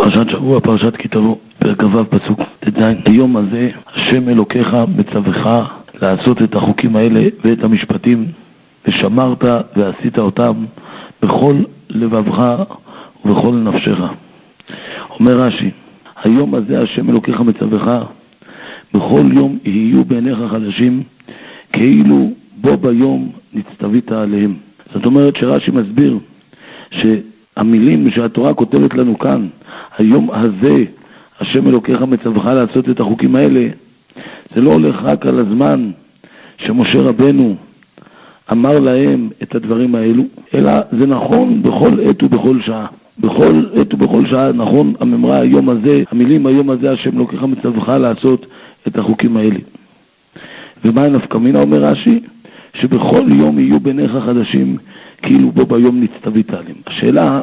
פרשת שבוע, פרשת כי תבוא, פרק ו' פסוק ט"ז. היום הזה השם אלוקיך מצווך לעשות את החוקים האלה ואת המשפטים, ושמרת ועשית אותם בכל לבבך ובכל נפשך. אומר רש"י, היום הזה השם אלוקיך מצווך, בכל יום יהיו בעיניך חדשים, כאילו בו ביום נצטווית עליהם. זאת אומרת שרש"י מסביר שהמילים שהתורה כותבת לנו כאן, היום הזה השם אלוקיך מצווך לעשות את החוקים האלה, זה לא הולך רק על הזמן שמשה רבנו אמר להם את הדברים האלו, אלא זה נכון בכל עת ובכל שעה. בכל עת ובכל שעה נכון הממרה היום הזה, המילים היום הזה השם אלוקיך מצווך לעשות את החוקים האלה. ומה נפקא מינה? אומר רש"י, שבכל יום יהיו בעיניך חדשים, כאילו בו ביום נצטווית עליהם. השאלה,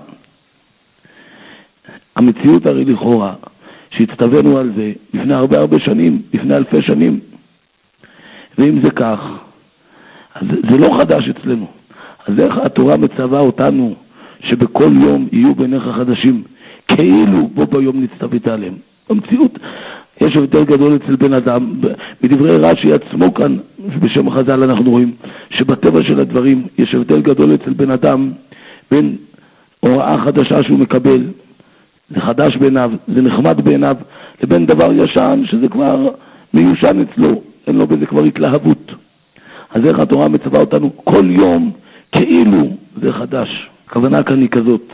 המציאות הרי לכאורה, שהצטווינו על זה לפני הרבה שנים, לפני אלפי שנים, ואם זה כך, אז זה לא חדש אצלנו. אז איך התורה מצווה אותנו שבכל יום יהיו בעיניך חדשים, כאילו בו ביום נצטווית עליהם? במציאות יש הבדל גדול אצל בן אדם. בדברי רש"י עצמו כאן, בשם חז"ל אנחנו רואים שבטבע של הדברים יש הבדל גדול אצל בן אדם בין הוראה חדשה שהוא מקבל, זה חדש בעיניו, זה נחמד בעיניו, לבין דבר ישן שזה כבר מיושן אצלו, אין לו בזה כבר התלהבות. אז איך התורה מצווה אותנו כל יום כאילו זה חדש? הכוונה כאן היא כזאת,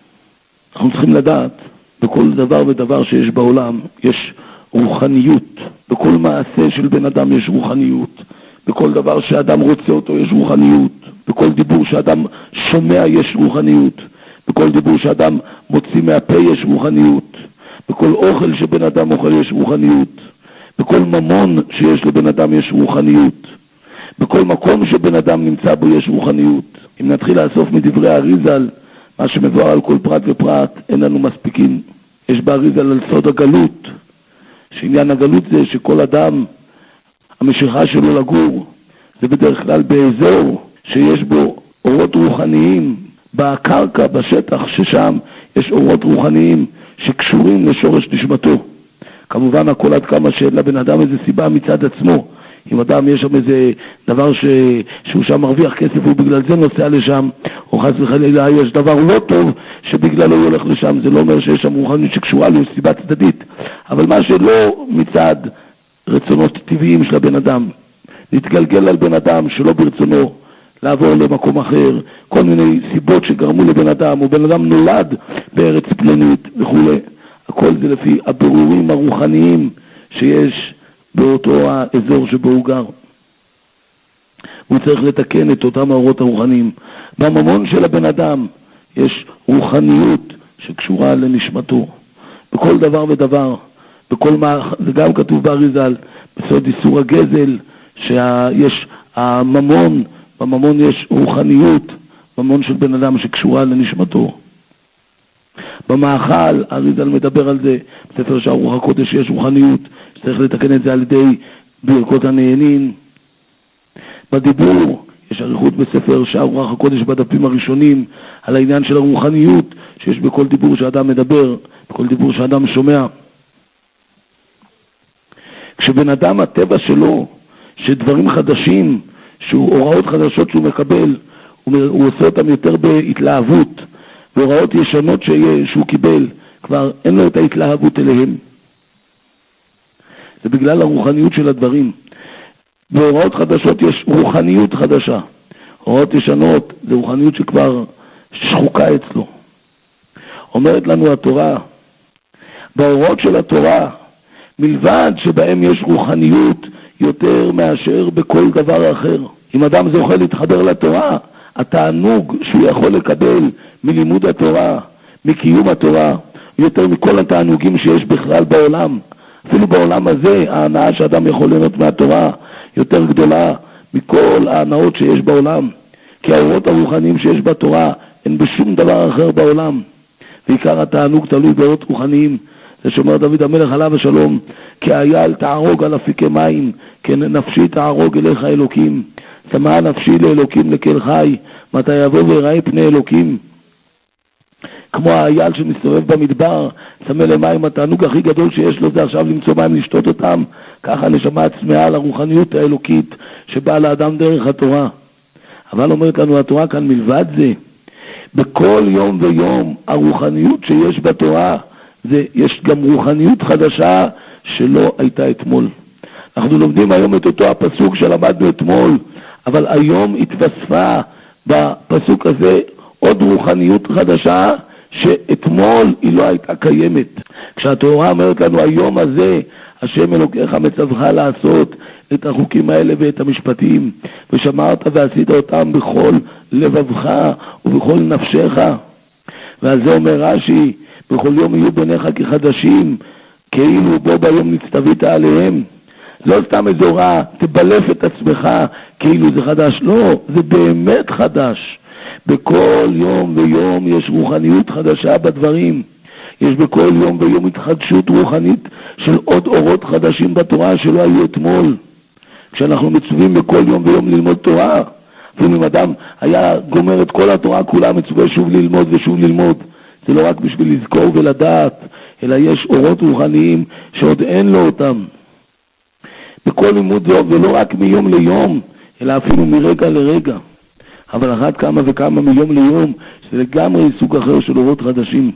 אנחנו צריכים לדעת, בכל דבר ודבר שיש בעולם יש רוחניות, בכל מעשה של בן אדם יש רוחניות, בכל דבר שאדם רוצה אותו יש רוחניות, בכל דיבור שאדם שומע יש רוחניות, בכל דיבור שאדם מוציא מהפה יש רוחניות, בכל אוכל שבן אדם אוכל יש רוחניות, בכל ממון שיש לבן אדם יש רוחניות, בכל מקום שבן אדם נמצא בו יש רוחניות. אם נתחיל לאסוף מדברי האריז"ל מה שמבואר על כל פרט ופרט, אין לנו מספיקים. יש באריז"ל על סוד הגלות, שעניין הגלות זה שכל אדם, המשיכה שלו לגור, זה בדרך כלל באזור שיש בו אורות רוחניים, בקרקע, בשטח, ששם יש אורות רוחניים שקשורים לשורש נשמתו. כמובן הכל עד כמה שאין לבן אדם איזה סיבה מצד עצמו. אם אדם יש שם איזה דבר שהוא שם מרוויח כסף ובגלל זה נוסע לשם, או חס וחלילה יש דבר לא טוב שבגללו הוא הולך לשם, זה לא אומר שיש שם רוחניות שקשורה לו סיבה צדדית. אבל מה שלא מצד רצונות טבעיים של הבן אדם, להתגלגל על בן אדם שלא ברצונו לעבור למקום אחר, כל מיני סיבות שגרמו לבן אדם, או בן אדם נולד בארץ פלונית וכו', הכל זה לפי הבירורים הרוחניים שיש באותו האזור שבו הוא גר. הוא צריך לתקן את אותם האורות הרוחניים. בממון של הבן אדם יש רוחניות שקשורה לנשמתו. בכל דבר ודבר, זה גם כתוב באריז"ל, בסוד איסור הגזל, שיש הממון, בממון יש רוחניות, ממון של בן אדם שקשורה לנשמתו. במאכל, האריז"ל מדבר על זה, בספר שער רוח הקודש יש רוחניות, צריך לתקן את זה על ידי ברכות הנהנין. בדיבור, יש אריכות בספר שער רוח הקודש בדפים הראשונים, על העניין של הרוחניות שיש בכל דיבור שאדם מדבר, בכל דיבור שאדם שומע. כשבן אדם הטבע שלו, שדברים חדשים, הוראות חדשות שהוא מקבל, הוא עושה אותם יותר בהתלהבות, והוראות ישנות שהוא קיבל, כבר אין לו את ההתלהבות אליהם. זה בגלל הרוחניות של הדברים. בהוראות חדשות יש רוחניות חדשה. הוראות ישנות זה רוחניות שכבר שחוקה אצלו. אומרת לנו התורה, בהוראות של התורה, מלבד שבהם יש רוחניות יותר מאשר בכל דבר אחר. אם אדם זוכה להתחבר לתורה, התענוג שהוא יכול לקבל מלימוד התורה, מקיום התורה, יותר מכל התענוגים שיש בכלל בעולם. אפילו בעולם הזה, ההנאה שאדם יכול ליהנות מהתורה יותר גדולה מכל ההנאות שיש בעולם. כי האורות הרוחניים שיש בתורה אין בשום דבר אחר בעולם. ועיקר התענוג תלוי באורות רוחניים. זה שאומר דוד המלך עליו השלום, כי אייל תערוג על אפיקי מים, כן נפשי תערוג אליך אלוקים. צמאה נפשי לאלוקים לקל חי, מתי יבוא ויראה פני אלוקים. כמו האייל שמסתובב במדבר, צמא למים, התענוג הכי גדול שיש לו זה עכשיו למצוא מים לשתות אותם. ככה הנשמה צמאה על הרוחניות האלוקית שבאה לאדם דרך התורה. אבל אומרת לנו התורה כאן מלבד זה, בכל יום ויום הרוחניות שיש בתורה, יש גם רוחניות חדשה שלא הייתה אתמול. אנחנו לומדים היום את אותו הפסוק שלמדנו אתמול, אבל היום התווספה בפסוק הזה עוד רוחניות חדשה שאתמול היא לא הייתה קיימת. כשהתורה אומרת לנו היום הזה השם אלוקיך מצווך לעשות את החוקים האלה ואת המשפטים, ושמרת ועשית אותם בכל לבבך ובכל נפשך. ועל זה אומר רש"י, בכל יום יהיו בניך כחדשים, כאילו בו ביום נצטווית עליהם. לא סתם איזו הוראה, תבלף את עצמך כאילו זה חדש, לא, זה באמת חדש. בכל יום ויום יש רוחניות חדשה בדברים. יש בכל יום ויום התחדשות רוחנית של עוד אורות חדשים בתורה שלא היו אתמול. כשאנחנו מצווים בכל יום ויום ללמוד תורה, אפילו אם אדם היה גומר את כל התורה כולה, מצווה שוב ללמוד ושוב ללמוד. זה לא רק בשביל לזכור ולדעת, אלא יש אורות רוחניים שעוד אין לו אותם. בכל לימוד זה, ולא רק מיום ליום, אלא אפילו מרגע לרגע. אבל אחת כמה וכמה מיום ליום, זה לגמרי סוג אחר של אורות חדשים.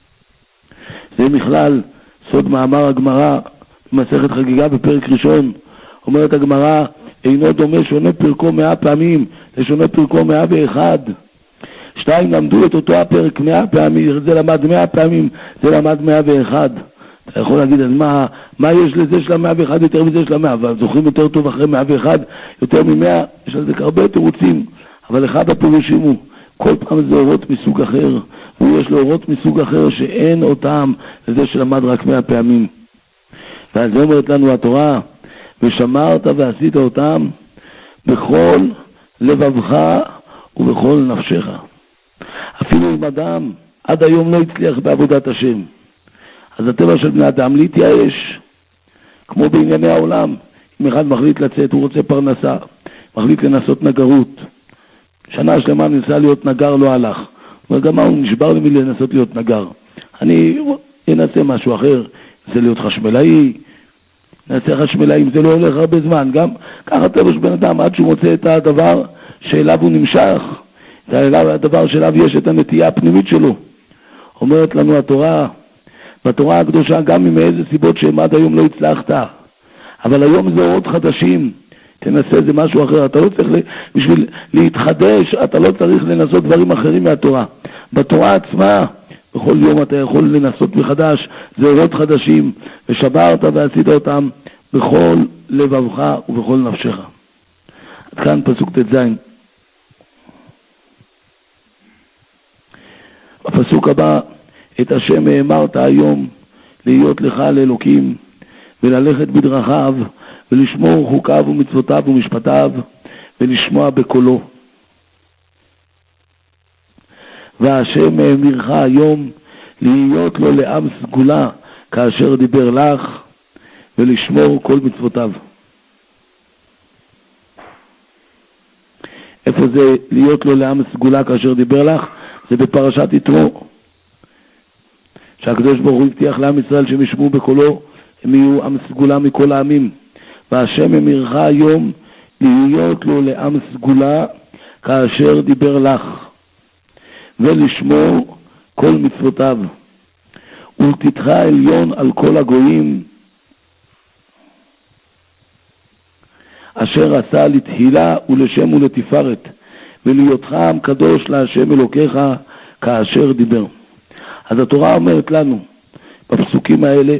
זה בכלל סוד מאמר הגמרא במסכת חגיגה בפרק ראשון. אומרת הגמרא, אינו דומה שונה פרקו 100 פעמים לשונה פרקו 101. שתיים למדו את אותו הפרק 100 פעמים, זה למד 100 פעמים, זה למד 101. אתה יכול להגיד, אז מה יש לזה של 101 יותר מזה של 100? אבל זוכרים יותר טוב אחרי 101, יותר מ100, יש לזה הרבה תירוצים. אבל אחד הפירושים הוא, כל פעם זה אורות מסוג אחר, ויש לו אורות מסוג אחר שאין אותם לזה שלמד רק 100 פעמים. ועל זה אומרת לנו התורה, ושמרת ועשית אותם בכל לבבך ובכל נפשך. אפילו אם אדם עד היום לא הצליח בעבודת השם, אז הטבע של בני אדם להתייאש, כמו בענייני העולם. אם אחד מחליט לצאת, הוא רוצה פרנסה, מחליט לנסות נגרות. שנה שלמה ניסה להיות נגר, לא הלך. הוא אומר, גם מה, הוא נשבר לי לנסות להיות נגר. אני אנסה משהו אחר, זה להיות חשמלאי, נעשה חשמלאי, אם זה לא הולך הרבה זמן. גם ככה טבע של בן אדם, עד שהוא מוצא את הדבר שאליו הוא נמשך, הדבר שאליו יש את הנטייה הפנימית שלו. אומרת לנו התורה, בתורה הקדושה, גם עם איזה סיבות שהם עד היום לא הצלחת, אבל היום זה אורות חדשים, תנסה זה משהו אחר. אתה לא צריך, בשביל להתחדש, אתה לא צריך לנסות דברים אחרים מהתורה. בתורה עצמה, בכל יום אתה יכול לנסות מחדש, זה אורות חדשים, ושברת ועשית אותם בכל לבבך ובכל נפשך. עד כאן פסוק ט"ז. בפסוק הבא, את השם האמרת היום להיות לך לאלוקים, וללכת בדרכיו, ולשמור חוקיו ומצוותיו ומשפטיו, ולשמוע בקולו. והשם האמירך היום להיות לו לעם סגולה, כאשר דיבר לך, ולשמור כל מצוותיו. איפה זה להיות לו לעם סגולה כאשר דיבר לך? זה בפרשת יתרו, שהקדוש ברוך הוא הבטיח לעם ישראל שהם ישמעו בקולו, הם יהיו עם סגולה מכל העמים. והשם האמירך היום להיות לו לעם סגולה כאשר דיבר לך, ולשמור כל מצוותיו. ולתתך עליון על כל הגויים, אשר עשה לתהילה ולשם ולתפארת, ולהיותך עם קדוש להשם אלוקיך כאשר דיבר. אז התורה אומרת לנו בפסוקים האלה,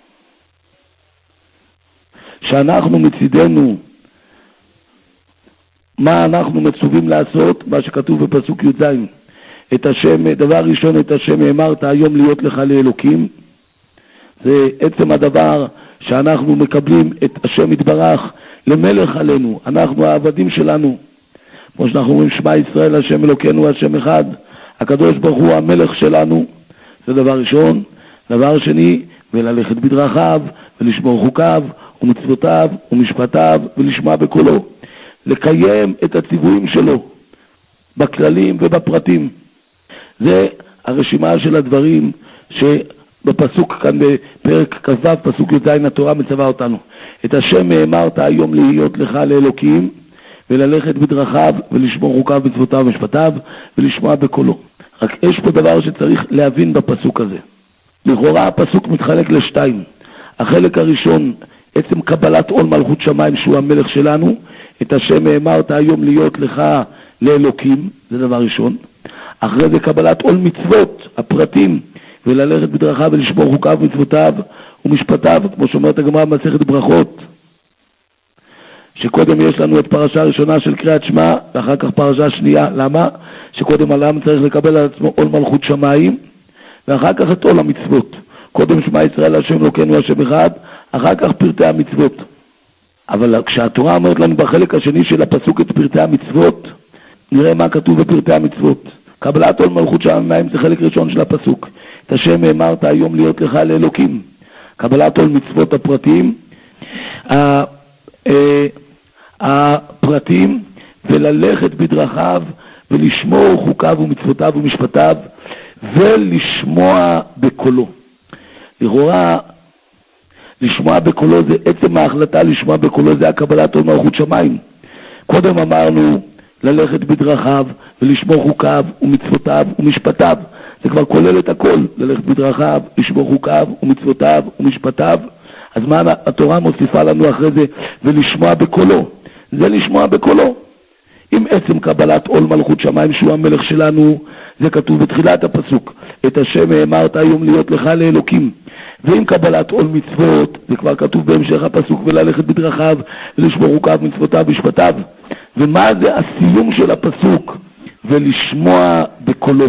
שאנחנו מצידנו, מה אנחנו מצווים לעשות? מה שכתוב בפסוק י"ז, את השם, דבר ראשון, את השם האמרת היום להיות לך לאלוקים. זה עצם הדבר שאנחנו מקבלים את השם יתברך למלך עלינו, אנחנו העבדים שלנו, כמו שאנחנו אומרים שמע ישראל השם אלוקינו השם אחד, הקדוש ברוך הוא המלך שלנו. זה דבר ראשון. דבר שני, וללכת בדרכיו ולשמור חוקיו ומצוותיו ומשפטיו ולשמוע בקולו, לקיים את הציוויים שלו בכללים ובפרטים. זה הרשימה של הדברים שבפסוק כאן בפרק כ"ו, פסוק י"ז, התורה מצווה אותנו. את השם האמרת היום להיות לך לאלוקים, וללכת בדרכיו ולשמור חוקיו ומצוותיו ומשפטיו ולשמוע בקולו. רק יש פה דבר שצריך להבין בפסוק הזה. לכאורה הפסוק מתחלק לשתיים. החלק הראשון, עצם קבלת עול מלכות שמיים שהוא המלך שלנו, את השם האמרת היום להיות לך לאלוקים, זה דבר ראשון. אחרי זה קבלת עול מצוות, הפרטים, וללכת בדרכיו ולשמור חוקיו ומצוותיו ומשפטיו, כמו שאומרת הגמרא במסכת ברכות, שקודם יש לנו את פרשה הראשונה של קריאת שמע, ואחר כך פרשה שנייה. למה? שקודם העם צריך לקבל על עצמו עול מלכות שמיים, ואחר כך את עול המצוות. קודם שמע ישראל השם אלוקינו השם אחד, אחר כך פרטי המצוות. אבל כשהתורה אומרת לנו בחלק השני של הפסוק את פרטי המצוות, נראה מה כתוב בפרטי המצוות. קבלת עול מלכות שמיים זה חלק ראשון של הפסוק. את השם האמרת היום להיות לך לאלוקים. קבלת עול מצוות הפרטים, הפרטים, וללכת בדרכיו ולשמור חוקיו ומצוותיו ומשפטיו ולשמוע בקולו. לכאורה לשמוע בקולו זה עצם ההחלטה, לשמוע בקולו זה הקבלת עול מלכות שמיים. קודם אמרנו ללכת בדרכיו ולשמור חוקיו ומצוותיו ומשפטיו, זה כבר כולל את הכל, ללכת בדרכיו, לשמור חוקיו ומצוותיו ומשפטיו. אז מה התורה מוסיפה לנו אחרי זה? ולשמוע בקולו, זה לשמוע בקולו. עם עצם קבלת עול מלכות שמיים שהוא המלך שלנו, זה כתוב בתחילת הפסוק, את השם האמרת היום להיות לך לאלוקים. ועם קבלת עול מצוות, זה כבר כתוב בהמשך הפסוק, וללכת בדרכיו ולשמור חוקיו ומצוותיו ומשפטיו. ומה זה הסיום של הפסוק? ולשמוע בקולו.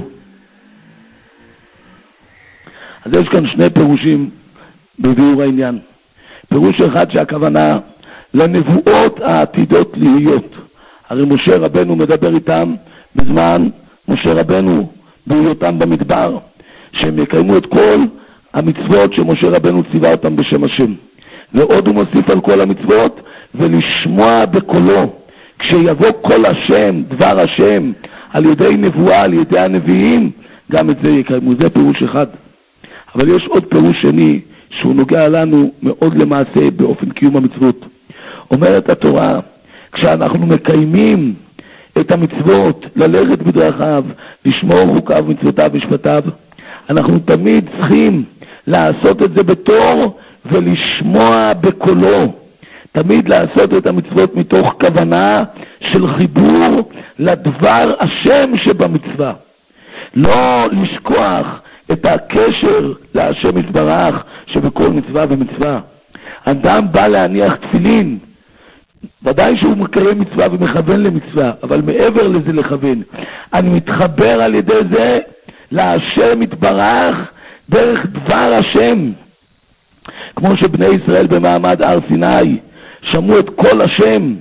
אז יש כאן שני פירושים בביאור העניין. פירוש אחד שהכוונה לנבואות העתידות להיות. הרי משה רבנו מדבר איתם בזמן משה רבנו בהיותם במדבר, שהם יקיימו את כל המצוות שמשה רבנו ציווה אותם בשם השם. ועוד הוא מוסיף על כל המצוות, ולשמוע בקולו. כשיבוא כל השם, דבר השם, על ידי נבואה, על ידי הנביאים, גם את זה יקיימו. זה פירוש אחד. אבל יש עוד פירוש שני, שהוא נוגע לנו מאוד למעשה באופן קיום המצוות. אומרת התורה, כשאנחנו מקיימים את המצוות, ללכת בדרכיו, לשמור חוקיו ומצוותיו ומשפטיו, אנחנו תמיד צריכים לעשות את זה בתור ולשמוע בקולו. תמיד לעשות את המצוות מתוך כוונה של חיבור לדבר השם שבמצווה. לא לשכוח את הקשר להשם יתברך שבכל מצווה ומצווה. אדם בא להניח תפילין, ודאי שהוא מקיים מצווה ומכוון למצווה, אבל מעבר לזה לכוון. אני מתחבר על ידי זה להשם יתברך דרך דבר השם. כמו שבני ישראל במעמד הר סיני שמעו את כל השם,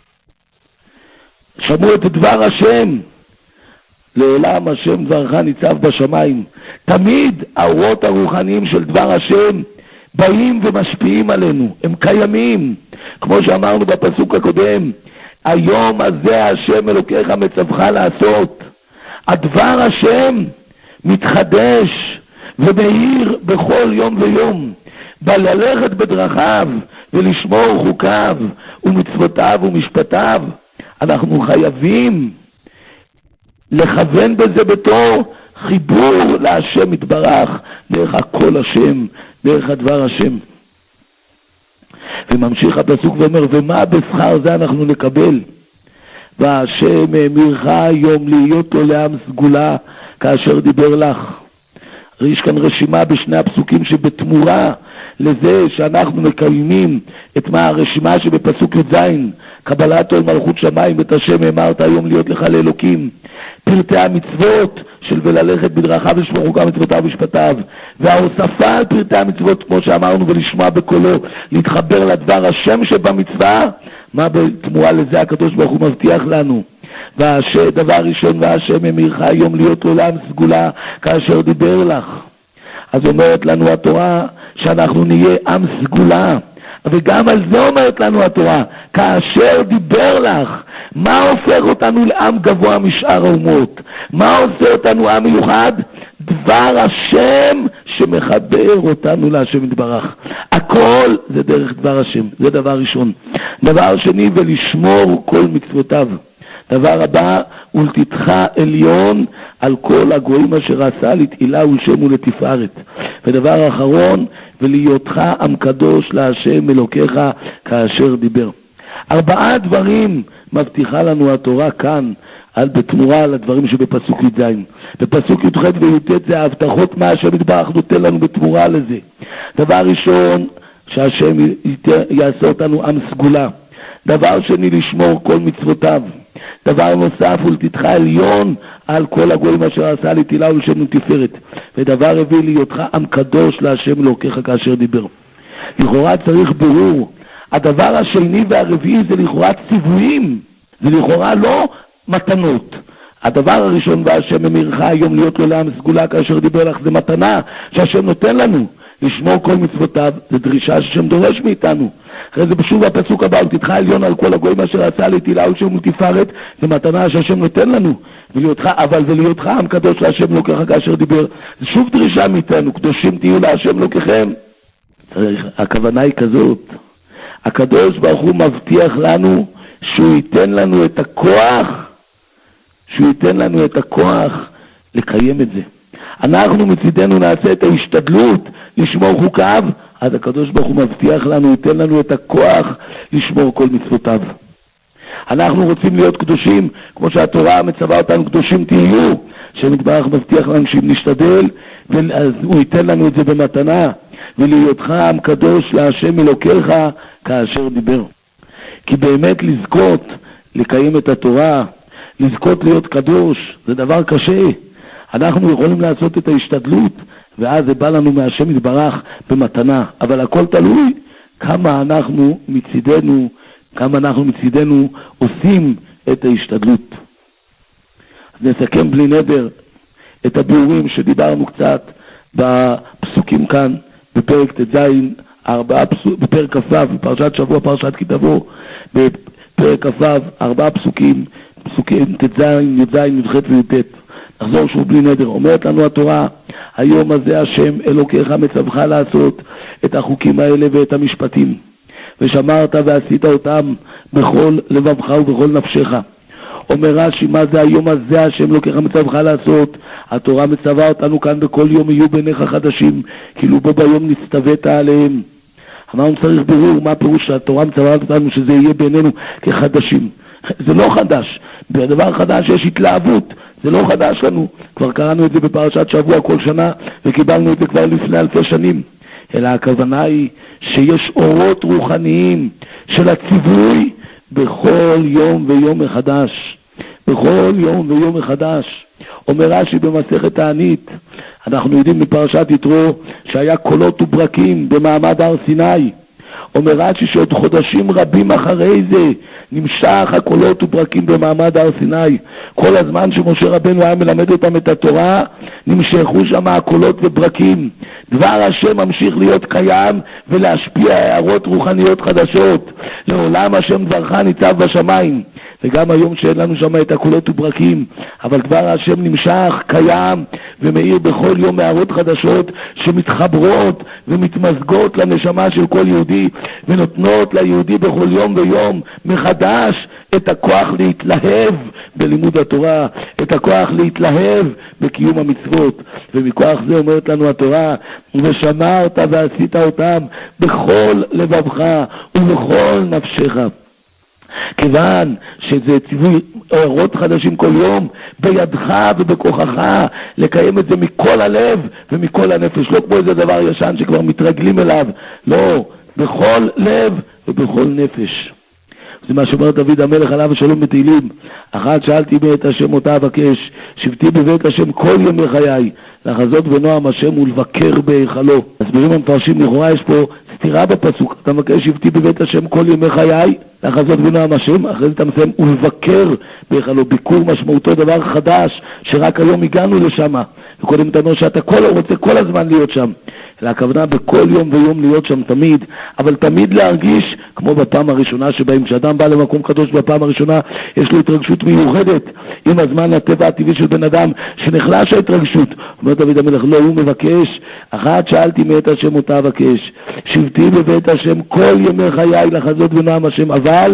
שמעו את דבר השם. לעולם השם דברך ניצב בשמיים. תמיד האורות הרוחניים של דבר השם באים ומשפיעים עלינו, הם קיימים. כמו שאמרנו בפסוק הקודם, היום הזה השם אלוקיך מצווך לעשות. הדבר השם מתחדש ומאיר בכל יום ויום. בללכת בדרכיו ולשמור חוקיו ומצוותיו ומשפטיו, אנחנו חייבים לכוון בזה בתור חיבור להשם יתברך, דרך הקול השם, דרך הדבר השם. וממשיך הפסוק ואומר, ומה בשכר זה אנחנו נקבל? והשם האמירך היום להיות לו לעם סגולה כאשר דיבר לך. יש כאן רשימה בשני הפסוקים שבתמורה לזה שאנחנו מקיימים את מה הרשימה שבפסוק י"ז, קבלת עול מלכות שמיים, את השם האמרת היום להיות לך לאלוקים, פרטי המצוות של וללכת בדרכיו ולשמור חוקיו ומצוותיו ומשפטיו, וההוספה על פרטי המצוות כמו שאמרנו ולשמוע בקולו, להתחבר לדבר השם שבמצווה. מה בתמורה לזה הקדוש ברוך הוא מבטיח לנו? דבר ראשון, והשם האמירך היום להיות לו לעם סגולה כאשר דיבר לך. אז אומרת לנו התורה שאנחנו נהיה עם סגולה, וגם על זה אומרת לנו התורה, כאשר דיבר לך. מה הופך אותנו לעם גבוה משאר האומות? מה עושה אותנו עם מיוחד? דבר השם שמחבר אותנו להשם יתברך. הכל זה דרך דבר השם, זה דבר ראשון. דבר שני, ולשמור כל מצוותיו. דבר הבא, ולתתך עליון על כל הגויים אשר עשה לתהילה ולשם ולתפארת. ודבר אחרון, ולהיותך עם קדוש להשם אלוקיך כאשר דיבר. 4 דברים מבטיחה לנו התורה כאן, בתמורה לדברים שבפסוק י"ז. בפסוק י"ח וי"ט זה ההבטחות מה השם יתברך נותן לנו בתמורה לזה. דבר ראשון, שהשם יעשה אותנו עם סגולה. דבר שני, לשמור כל מצוותיו. דבר נוסף, ולתתך עליון על כל הגויים אשר עשה לתהילה ולשם ולתפארת. ודבר רביעי, להיותך עם קדוש להשם אלוקיך כאשר דיבר. לכאורה צריך ברור. הדבר השני והרביעי זה לכאורה ציוויים, זה לכאורה לא מתנות. הדבר הראשון, והשם אמירך היום להיות לו לעם סגולה כאשר דיבר לך, זה מתנה שהשם נותן לנו. לשמור כל מצוותיו, זה דרישה שהשם דורש מאיתנו. אחרי זה בשוב הפסוק הבא, ולתתך עליון על כל הגויים אשר עשה לתהילה ולשם ולתפארת, זה מתנה שהשם נותן לנו. ולהיותך עם קדוש להשם אלוקיך כאשר דיבר, זה שוב דרישה מאיתנו, קדושים תהיו להשם אלוקיכם. הכוונה היא כזאת, הקדוש ברוך הוא מבטיח לנו שהוא ייתן לנו את הכוח, לקיים את זה. אנחנו מצידנו נעשה את ההשתדלות לשמור חוקיו, אז הקדוש ברוך הוא מבטיח לנו, ייתן לנו את הכוח לשמור כל מצוותיו. אנחנו רוצים להיות קדושים, כמו שהתורה מצווה אותנו, קדושים תהיו, שמתברך מבטיח לנו שאם נשתדל, אז הוא ייתן לנו את זה במתנה, ולהיותך עם קדוש להשם אלוקיך כאשר דיבר. כי באמת לזכות לקיים את התורה, לזכות להיות קדוש, זה דבר קשה. אנחנו יכולים לעשות את ההשתדלות, ואז זה בא לנו מהשם יתברך במתנה. אבל הכל תלוי כמה אנחנו מצידנו עושים את ההשתדלות. אז נסכם בלי נדר את הביאורים שדיברנו קצת בפסוקים כאן, בפרק ט"ז, בפרק כ"ו, בפרשת שבוע, פרשת כי תבוא, בפרק כ"ו, 4 פסוקים, פסוקים ט"ז, י"ז, י"ח וי"ט. נחזור שוב בלי נדר. אומרת לנו התורה, היום הזה השם אלוקיך מצווך לעשות את החוקים האלה ואת המשפטים, ושמרת ועשית אותם בכל לבבך ובכל נפשך. אומר רש"י, מה זה היום הזה השם אלוקיך מצווך לעשות? התורה מצווה אותנו כאן, בכל יום יהיו בעיניך חדשים, כאילו בו ביום נסתווית עליהם. אמרנו צריך ברור מה פירוש שהתורה מצווה אותנו שזה יהיה בעינינו כחדשים. זה לא חדש, בדבר חדש יש התלהבות, זה לא חדש לנו, כבר קראנו את זה בפרשת שבוע כל שנה וקיבלנו את זה כבר לפני 1000 שנים. אלא הכוונה היא שיש אורות רוחניים של הציווי בכל יום ויום מחדש, בכל יום ויום מחדש. אומר רש"י במסכת תענית, אנחנו יודעים בפרשת יתרו שהיה קולות וברקים במעמד הר סיני. אומר רש"י שעוד חודשים רבים אחרי זה נמשך הקולות וברקים במעמד הר סיני. כל הזמן שמשה רבנו היה מלמד אותם את התורה, נמשכו שם הקולות וברקים. דבר השם ממשיך להיות קיים ולהשפיע הערות רוחניות חדשות. לעולם השם דברך ניצב בשמיים. וגם היום שאין לנו שם את הקולות וברקים, אבל דבר השם נמשך, קיים, ומאיר בכל יום הערות חדשות שמתחברות ומתמזגות לנשמה של כל יהודי, ונותנות ליהודי בכל יום ויום מחדש את הכוח להתלהב בלימוד התורה, את הכוח להתלהב בקיום המצוות. ומכוח זה אומרת לנו התורה, ושמרת ועשית אותם בכל לבבך ובכל נפשך. כיוון שזה ציווי אורות חדשים כל יום, בידך ובכוחך לקיים את זה מכל הלב ומכל הנפש, לא כמו איזה דבר ישן שכבר מתרגלים אליו, לא, בכל לב ובכל נפש. זה מה שאומר דוד המלך עליו השלום בתהילים, אחת שאלתי בית השם אותה אבקש, שבתי בבית השם כל ימי חיי, לחזות בנועם השם ולבקר בהיכלו. הסבירים המפרשים, לכאורה יש פה סתירה בפסוק, אתה מבקש שבתי בבית השם כל ימי חיי, לחזות בנועם השם, אחרי זה אתה מסיים ולבקר בהיכלו. ביקור משמעותו דבר חדש שרק היום הגענו לשם, וקודם תנו שאתה רוצה כל הזמן להיות שם, אלא הכוונה בכל יום ויום להיות שם תמיד, אבל תמיד להרגיש כמו בפעם הראשונה שבהם, כשאדם בא למקום קדוש בפעם הראשונה יש לו התרגשות מיוחדת, עם הזמן הטבע הטבעי של בן אדם שנחלש ההתרגשות. אומר דוד המלך, לא, הוא מבקש, אחת שאלתי מאת השם אותה אבקש, שבתי בבית השם כל ימי חיי לחזות בנועם השם, אבל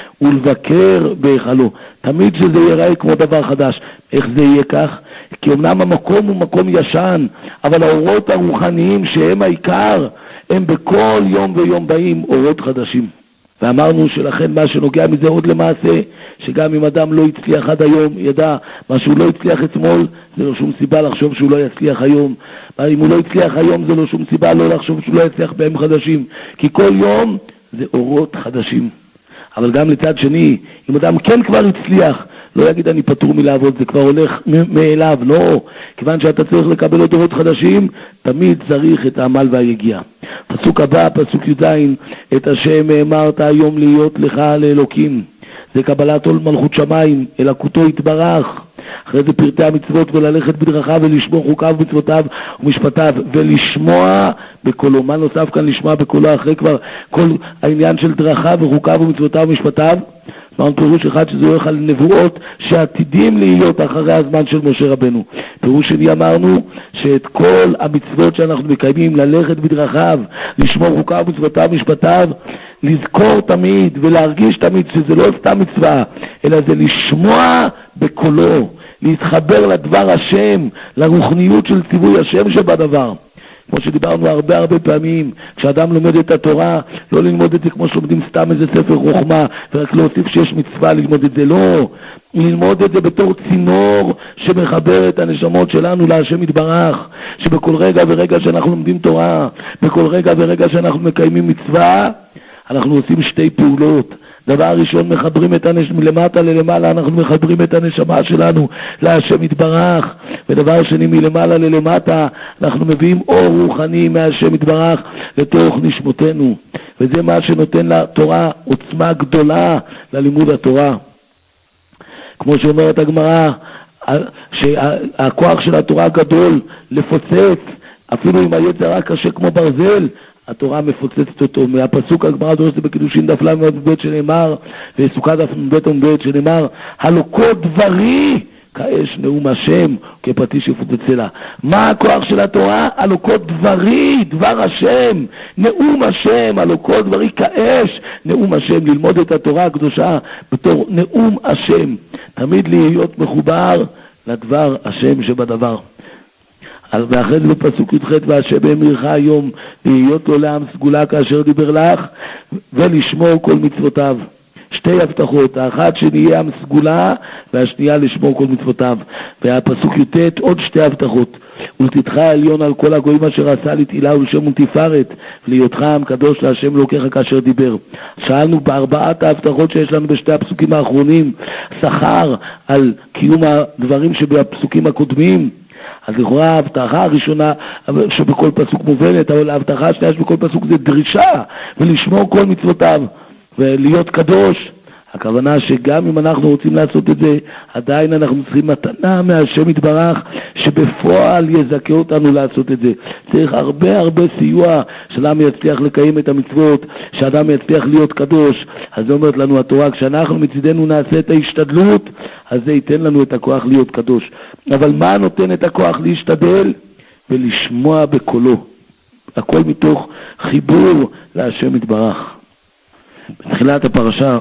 ולבקר בהיכלו. תמיד שזה ייראה כמו דבר חדש. איך זה יהיה כך? כי אמנם המקום הוא מקום ישן, אבל האורות הרוחניים שהם העיקר, הם בכל יום ויום באים אורות חדשים. ואמרנו שלכן מה שנוגע מזה עוד למעשה, שגם אם אדם לא הצליח עד היום, ידע מה שהוא לא הצליח אתמול, זה לא שום סיבה לחשוב שהוא לא יצליח היום. אם הוא לא הצליח היום, זה לא שום סיבה לא לחשוב שהוא לא יצליח בימים חדשים. כי כל יום זה אורות חדשים. אבל גם לצד שני, אם אדם כן כבר הצליח, לא יגיד אני פטור מלעבוד, זה כבר הולך מאליו, לא. כיוון שאתה צריך לקבל עוד אורות חדשים, תמיד צריך את העמל והיגיעה. פסוק הבא, פסוק י"ז, את השם אמרת היום להיות לך לאלוקים. זה קבלת עול מלכות שמיים, אלוקותו יתברך. אחרי זה פרטי המצוות וללכת בדרכיו ולשמור חוקיו ומצוותיו ומשפטיו ולשמוע בקולו. מה נוסף כאן לשמוע בקולו אחרי כבר כל העניין של דרכיו וחוקיו ומצוותיו ומשפטיו? אמרנו פירוש אחד שזה הולך על נבואות שעתידים להיות אחרי הזמן של משה רבנו. פירוש שני אמרנו שאת כל המצוות שאנחנו מקיימים, ללכת בדרכיו, לשמור חוקיו ומצוותיו ומשפטיו, לזכור תמיד ולהרגיש תמיד שזה לא סתם מצווה, אלא זה לשמוע בקולו, להתחבר לדבר השם, לרוחניות של ציווי השם שבדבר. כמו שדיברנו הרבה פעמים, כשאדם לומד את התורה, לא ללמוד את זה כמו שלומדים סתם איזה ספר חוכמה, ורק להוסיף שיש מצווה ללמוד את זה, לא. ללמוד את זה בתור צינור שמחבר את הנשמות שלנו להשם יתברך, שבכל רגע ורגע שאנחנו לומדים תורה, בכל רגע ורגע שאנחנו מקיימים מצווה, אנחנו עושים שתי פעולות. דבר ראשון, מחברים את מלמטה ללמעלה, אנחנו מחברים את הנשמה שלנו להשם יתברך. ודבר שני, מלמעלה ללמטה, אנחנו מביאים אור רוחני מהשם יתברך לתוך נשמותינו. וזה מה שנותן לתורה עוצמה גדולה ללימוד התורה. כמו שאומרת הגמרא, שהכוח של התורה גדול לפוצץ, אפילו אם היצר רק קשה כמו ברזל, התורה מפוצצת אותו. מהפסוק הגמרא דורשת בקידושין דף ל"ב שנאמר, וסוכה דף ל"ב שנאמר, הלוקות דברי כאש נאום השם, כפטיש יפוצץ לה. מה הכוח של התורה? הלוקות דברי, דבר השם, נאום השם, הלוקות דברי כאש, נאום השם. ללמוד את התורה הקדושה בתור נאום השם, תמיד להיות מחובר לדבר השם שבדבר. ואחרי זה בפסוק י"ח, והשם האמירך היום להיות לו לעם סגולה כאשר דיבר לך, ולשמור כל מצוותיו. שתי הבטחות, האחת שנהיה עם סגולה, והשנייה לשמור כל מצוותיו. והפסוק י"ט עוד שתי הבטחות, ולתתך העליון על כל הגויים אשר עשה לתהילה ולשם ולתפארת, ולהיותך עם קדוש להשם אלוקיך כאשר דיבר. שאלנו בארבעת ההבטחות שיש לנו בשתי הפסוקים האחרונים, שכר על קיום הדברים שבפסוקים הקודמים. אז לכאורה ההבטחה הראשונה שבכל פסוק מובנת, אבל ההבטחה השנייה שבכל פסוק זה דרישה, ולשמור כל מצוותיו ולהיות קדוש. הכוונה שגם אם אנחנו רוצים לעשות את זה, עדיין אנחנו צריכים מתנה מהשם יתברך שבפועל יזכה אותנו לעשות את זה. צריך הרבה סיוע שאדם יצליח לקיים את המצוות, שאדם יצליח להיות קדוש. אז זה אומרת לנו התורה, כשאנחנו מצידנו נעשה את ההשתדלות, אז זה ייתן לנו את הכוח להיות קדוש. אבל מה נותן את הכוח להשתדל? ולשמוע בקולו. הכל מתוך חיבור להשם יתברך. בתחילת הפרשה,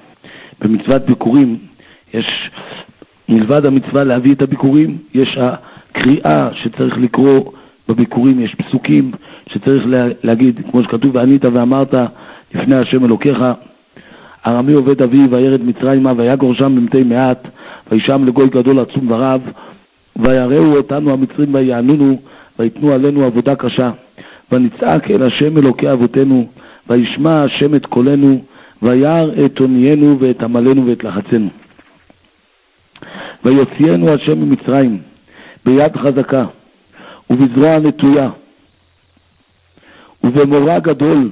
במצוות ביקורים, יש מלבד המצווה להביא את הביקורים, יש הקריאה שצריך לקרוא בביקורים, יש פסוקים שצריך להגיד, כמו שכתוב, וענית ואמרת לפני השם אלוקיך, ארמי עובד אבי וירד מצרימה ויגור שם במתי מעט, וישם לגוי גדול עצום ורב, ויראו אותנו המצרים ויענונו, ויתנו עלינו עבודה קשה, ונצעק אל השם אלוקי אבותינו, וישמע השם את קולנו, וירא את עוניינו ואת עמלנו ואת לחצנו. ויוציאנו השם ממצרים ביד חזקה ובזרוע נטויה ובמורא גדול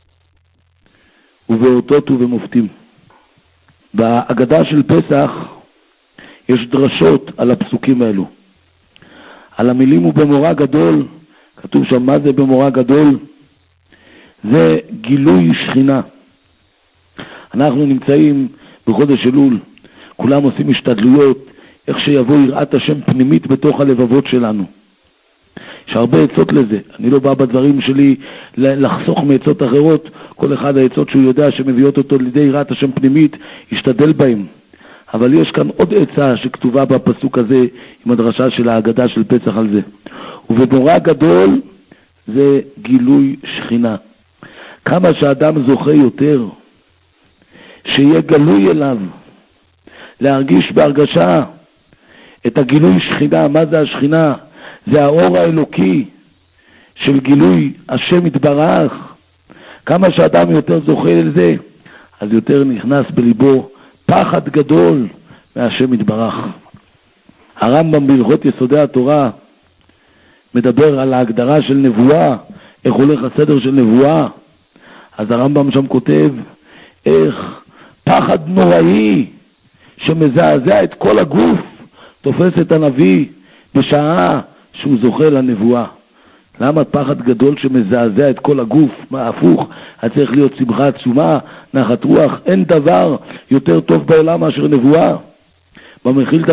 ובאותות ובמופתים. בהגדה של פסח יש דרשות על הפסוקים האלו. על המילים ובמורא גדול, כתוב שם מה זה במורא גדול? זה גילוי שכינה. אנחנו נמצאים בחודש אלול, כולם עושים השתדלויות, איך שיבוא יראת השם פנימית בתוך הלבבות שלנו. יש הרבה עצות לזה, אני לא בא בדברים שלי לחסוך מעצות אחרות, כל אחד העצות שהוא יודע שמביאות אותו לידי יראת השם פנימית, ישתדל בהם. אבל יש כאן עוד עצה שכתובה בפסוק הזה, עם הדרשה של ההגדה של פסח על זה. ובמורא גדול זה גילוי שכינה. כמה שאדם זוכה יותר, שיהיה גלוי אליו, להרגיש בהרגשה את הגילוי שכינה. מה זה השכינה? זה האור האלוקי של גילוי השם יתברך. כמה שאדם יותר זוכה לזה, אז יותר נכנס בליבו פחד גדול מהשם יתברך. הרמב"ם בהלכות יסודי התורה מדבר על ההגדרה של נבואה, איך הולך הסדר של נבואה. אז הרמב"ם שם כותב איך פחד נוראי שמזעזע את כל הגוף תופס את הנביא בשעה שהוא זוכה לנבואה. למה פחד גדול שמזעזע את כל הגוף? מה הפוך? צריך להיות שמחה עצומה, נחת רוח. אין דבר יותר טוב בעולם מאשר נבואה. במחילתא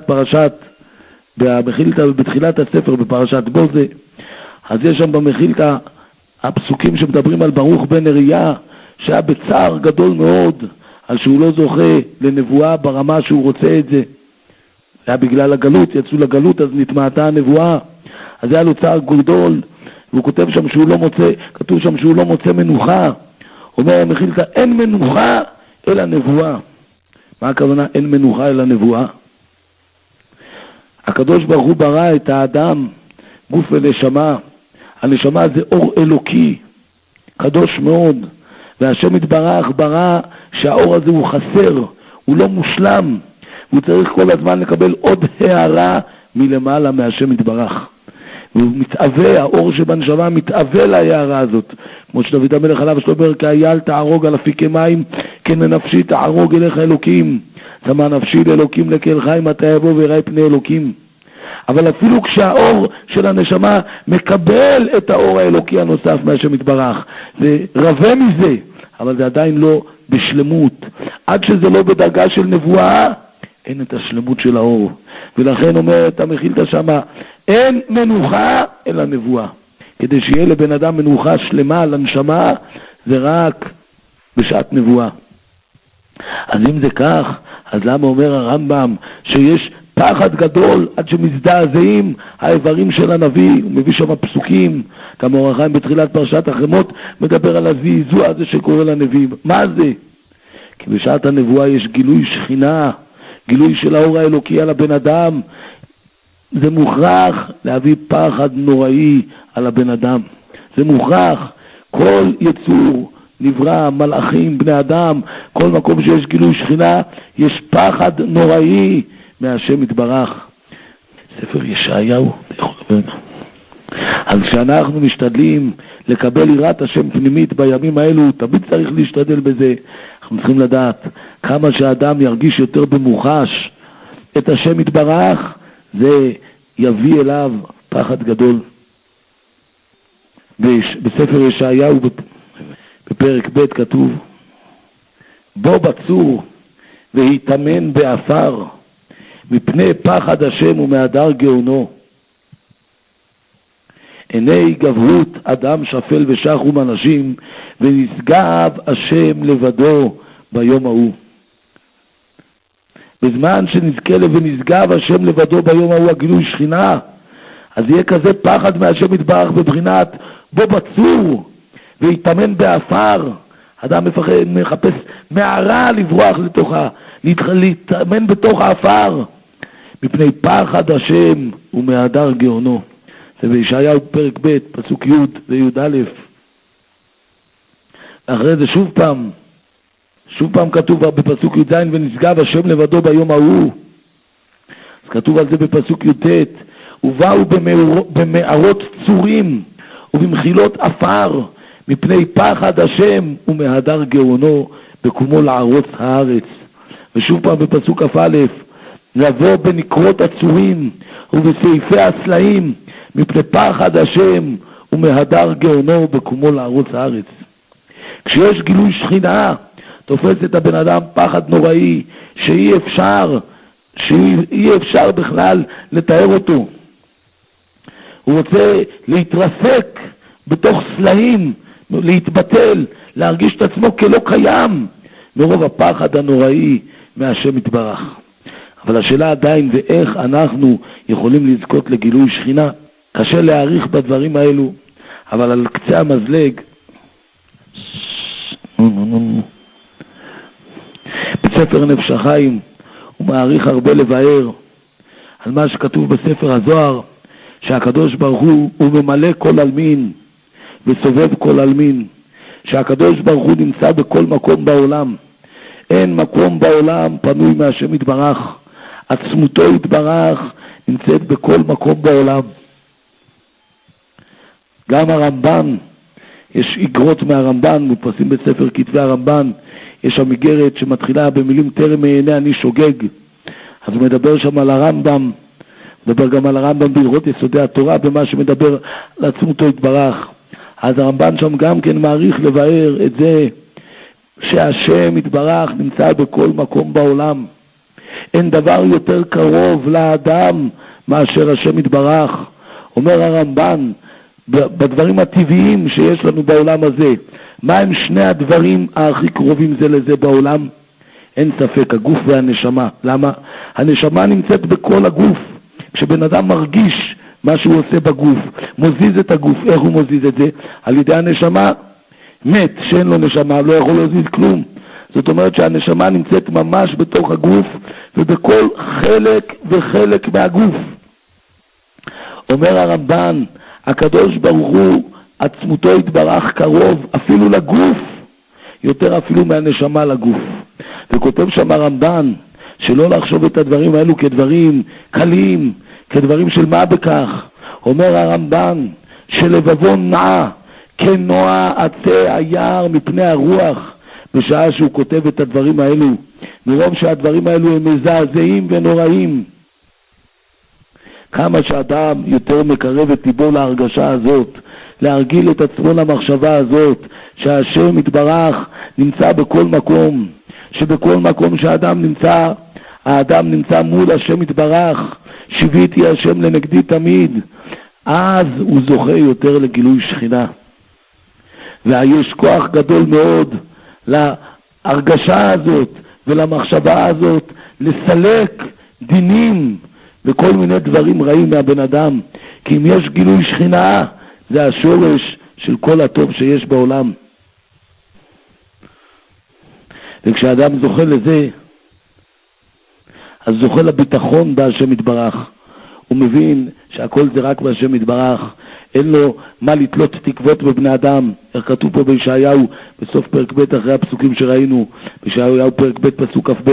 בתחילת הספר בפרשת בו זה, אז יש שם במחילתא הפסוקים שמדברים על ברוך בן נריה, שהיה בצער גדול מאוד על שהוא לא זוכה לנבואה ברמה שהוא רוצה את זה. זה היה בגלל הגלות, יצאו לגלות, אז נתמעטה הנבואה. אז היה לו צער גדול, והוא כותב שם שהוא לא מוצא, כתוב שם שהוא לא מוצא מנוחה. אומר המחילתא, אין מנוחה אלא נבואה. מה הכוונה אין מנוחה אלא נבואה? הקדוש ברוך הוא ברא את האדם, גוף ונשמה. הנשמה זה אור אלוקי, קדוש מאוד. והשם יתברך ברא שהאור הזה הוא חסר, הוא לא מושלם. הוא צריך כל הזמן לקבל עוד הערה מלמעלה מהשם יתברך. והוא מתאווה, האור שבנשמה מתאווה להערה הזאת. כמו שדוד המלך עליו שאומר, כי אייל תערוג על אפיקי מים, כן לנפשי תערוג אליך אלוקים. שמה נפשי לאלוקים לקהל חיים, אתה יבוא ויראה פני אלוקים. אבל אפילו כשהאור של הנשמה מקבל את האור האלוקי הנוסף מהשם יתברך, זה רבה מזה, אבל זה עדיין לא בשלמות. עד שזה לא בדרגה של נבואה, אין את השלמות של האור. ולכן אומרת המחילתא שמה, אין מנוחה אלא נבואה. כדי שיהיה לבן אדם מנוחה שלמה לנשמה, זה רק בשעת נבואה. אז אם זה כך, אז למה אומר הרמב"ם שיש פחד גדול עד שמזדעזעים האיברים של הנביא? הוא מביא שם פסוקים, כמו אור החיים בתחילת פרשת החרמות מדבר על הזעזוע הזה שקורה לנביאים. מה זה? כי בשעת הנבואה יש גילוי שכינה, גילוי של האור האלוקי על הבן אדם. זה מוכרח להביא פחד נוראי על הבן אדם. זה מוכרח. כל יצור נברא, מלאכים, בני אדם, כל מקום שיש גילוי שכינה, יש פחד נוראי מהשם יתברך. ספר ישעיהו, אז כשאנחנו משתדלים לקבל יראת השם פנימית בימים האלו, תמיד צריך להשתדל בזה. אנחנו צריכים לדעת כמה שהאדם ירגיש יותר במוחש את השם יתברך, זה יביא אליו פחד גדול. בספר ישעיהו בפרק ב' כתוב, בוא בצור והתאמן באפר מפני פחד השם ומהדר גאונו. עיני גברות אדם שפל ושחום אנשים, ונשגב השם לבדו ביום ההוא. בזמן שנזכה ונשגב השם לבדו ביום ההוא הגילוי שכינה, אז יהיה כזה פחד מהשם יתברך בבחינת בוא בצור והתאמן באפר. אדם מחפש מערה לברוח לתוכה, להתאמן בתוך האפר מפני פחד השם ומהדר גאונו. זה בישעיהו פרק ב' פסוק י' וי"א. אחרי זה שוב פעם כתוב בפסוק י"ז ונשגב השם לבדו ביום ההוא. אז כתוב על זה בפסוק י"ט, ובאו במערות צורים ובמחילות אפר מפני פחד השם ומהדר גאונו בקומו לערוץ הארץ. ושוב פעם בפסוק כ"א, לבוא בנקרות הצורים ובסעיפי הסלעים מפני פחד השם ומהדר גאונו בקומו לערוץ הארץ. כשיש גילוי שכינה, תופס את הבן אדם פחד נוראי שאי אפשר בכלל לתאר אותו. הוא רוצה להתרסק בתוך סלעים, להתבטל, להרגיש את עצמו כלא קיים, מרוב הפחד הנוראי מהשם יתברך. אבל השאלה עדיין, ואיך אנחנו יכולים לזכות לגילוי שכינה? קשה להעריך בדברים האלו, אבל על קצה המזלג, בספר נפש החיים, הוא מעריך הרבה לבאר על מה שכתוב בספר הזוהר, שהקדוש ברוך הוא ממלא כל אלמין וסובב כל אלמין, שהקדוש ברוך הוא נמצא בכל מקום בעולם. אין מקום בעולם פנוי מהשם יתברך, עצמותו יתברך נמצאת בכל מקום בעולם. גם הרמב"ן, יש איגרות מהרמב"ן, מודפסים בספר כתבי הרמב"ן, יש שם איגרת שמתחילה במילים טרם מעיני אני שוגג, אז הוא מדבר שם על הרמב"ם, מדבר גם על הרמב"ם בהלכות יסודי התורה, במה שמדבר על עצמותו יתברך. אז הרמב"ן שם גם כן מעריך לבאר את זה שהשם יתברך נמצא בכל מקום בעולם. אין דבר יותר קרוב לאדם מאשר השם יתברך. אומר הרמב"ן, בדברים הטבעיים שיש לנו בעולם הזה, מה הם שני הדברים הכי קרובים זה לזה בעולם? אין ספק, הגוף והנשמה. למה? הנשמה נמצאת בכל הגוף. כשבן אדם מרגיש מה שהוא עושה בגוף, מוזיז את הגוף, איך הוא מוזיז את זה? על ידי הנשמה. מת שאין לו נשמה לא יכול להזיז כלום. זאת אומרת שהנשמה נמצאת ממש בתוך הגוף ובכל חלק וחלק מהגוף. אומר הרמב"ן, הקדוש ברוך הוא עצמותו יתברך קרוב אפילו לגוף, יותר אפילו מהנשמה לגוף. וכותב שם הרמב"ן שלא לחשוב את הדברים האלו כדברים קלים, כדברים של מה בכך. אומר הרמב"ן שלבבו נעה כנוע עצי היער מפני הרוח, בשעה שהוא כותב את הדברים האלו, מרוב שהדברים האלו הם מזעזעים ונוראים. כמה שאדם יותר מקרב את ליבו להרגשה הזאת, להרגיל את עצמו למחשבה הזאת, שהשם יתברך נמצא בכל מקום, שבכל מקום שהאדם נמצא, האדם נמצא מול השם יתברך, שיוויתי השם לנגדי תמיד, אז הוא זוכה יותר לגילוי שכינה. ויש כוח גדול מאוד להרגשה הזאת ולמחשבה הזאת, לסלק דינים וכל מיני דברים רעים מהבן אדם. כי אם יש גילוי שכינה, זה השורש של כל הטוב שיש בעולם. וכשאדם זוכה לזה, אז זוכה לביטחון בהשם יתברך. הוא מבין שהכל זה רק בהשם יתברך. אין לו מה לתלות תקוות בבני אדם. איך כתוב פה בישעיהו, בסוף פרק ב' אחרי הפסוקים שראינו, בישעיהו פרק ב' פסוק כ"ב.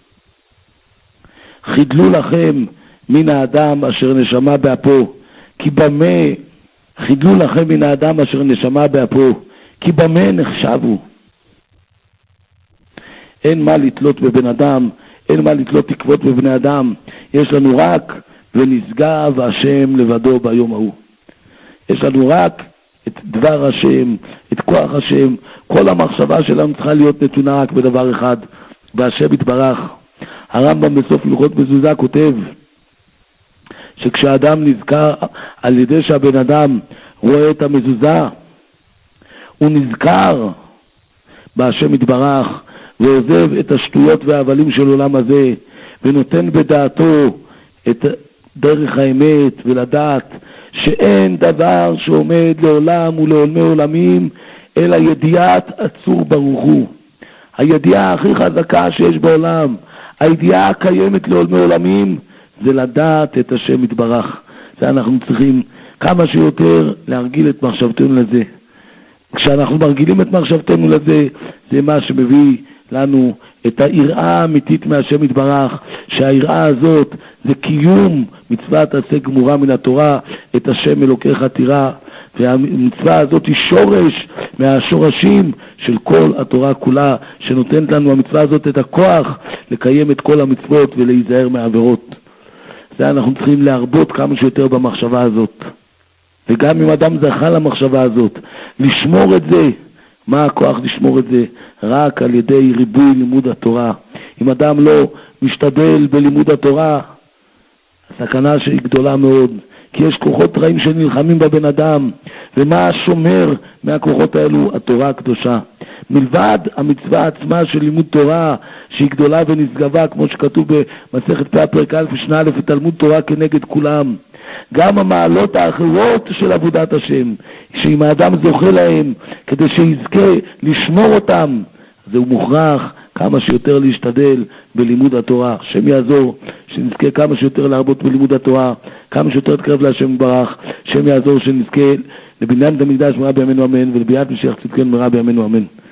חידלו לכם מן האדם אשר נשמה באפו, כי במה, חידלו לכם מן האדם אשר נשמה באפו, כי במה נחשבו. אין מה לתלות בבן אדם, אין מה לתלות תקוות בבני אדם. יש לנו רק ונשגב השם לבדו ביום ההוא. יש לנו רק את דבר השם, את כוח השם. כל המחשבה שלנו צריכה להיות נתונה רק בדבר אחד, בהשם יתברך. הרמב"ם בסוף הלכות מזוזה כותב שכשאדם נזכר על ידי שהבן אדם רואה את המזוזה, הוא נזכר בהשם יתברך ועוזב את השטויות וההבלים של עולם הזה ונותן בדעתו את דרך האמת, ולדעת שאין דבר שעומד לעולם ולעולמי עולמים אלא ידיעת עצור ברוך הוא. הידיעה הכי חזקה שיש בעולם, הידיעה הקיימת לעולמי עולמים, זה לדעת את השם יתברך. זה אנחנו צריכים כמה שיותר להרגיל את מחשבתנו לזה. כשאנחנו מרגילים את מחשבתנו לזה, זה מה שמביא לנו את היראה האמיתית מהשם יתברך, שהיראה הזאת זה קיום מצוות עשה גמורה מן התורה, את השם אלוקיך תירא, והמצווה הזאת היא שורש מהשורשים של כל התורה כולה, שנותנת לנו המצווה הזאת את הכוח לקיים את כל המצוות ולהיזהר מעבירות. זה אנחנו צריכים להרבות כמה שיותר במחשבה הזאת, וגם אם אדם זכה למחשבה הזאת, לשמור את זה מה הכוח לשמור את זה? רק על ידי ריבוי לימוד התורה. אם אדם לא משתדל בלימוד התורה, הסכנה שהיא גדולה מאוד, כי יש כוחות רעים שנלחמים בבן אדם, ומה השומר מהכוחות האלו? התורה הקדושה. מלבד המצווה עצמה של לימוד תורה, שהיא גדולה ונשגבה, כמו שכתוב במסכת פאה פרק א' משנה א', ותלמוד תורה כנגד כולם. גם המעלות האחרות של עבודת השם, שאם האדם זוכה להם, כדי שיזכה לשמור אותם, אז הוא מוכרח כמה שיותר להשתדל בלימוד התורה. השם יעזור, שנזכה כמה שיותר להרבות בלימוד התורה, כמה שיותר להתקרב להשם יתברך. השם יעזור שנזכה לבניין בית המקדש מהרה בימינו אמן, ולביאת משיח צדקנו מהרה בימינו אמן.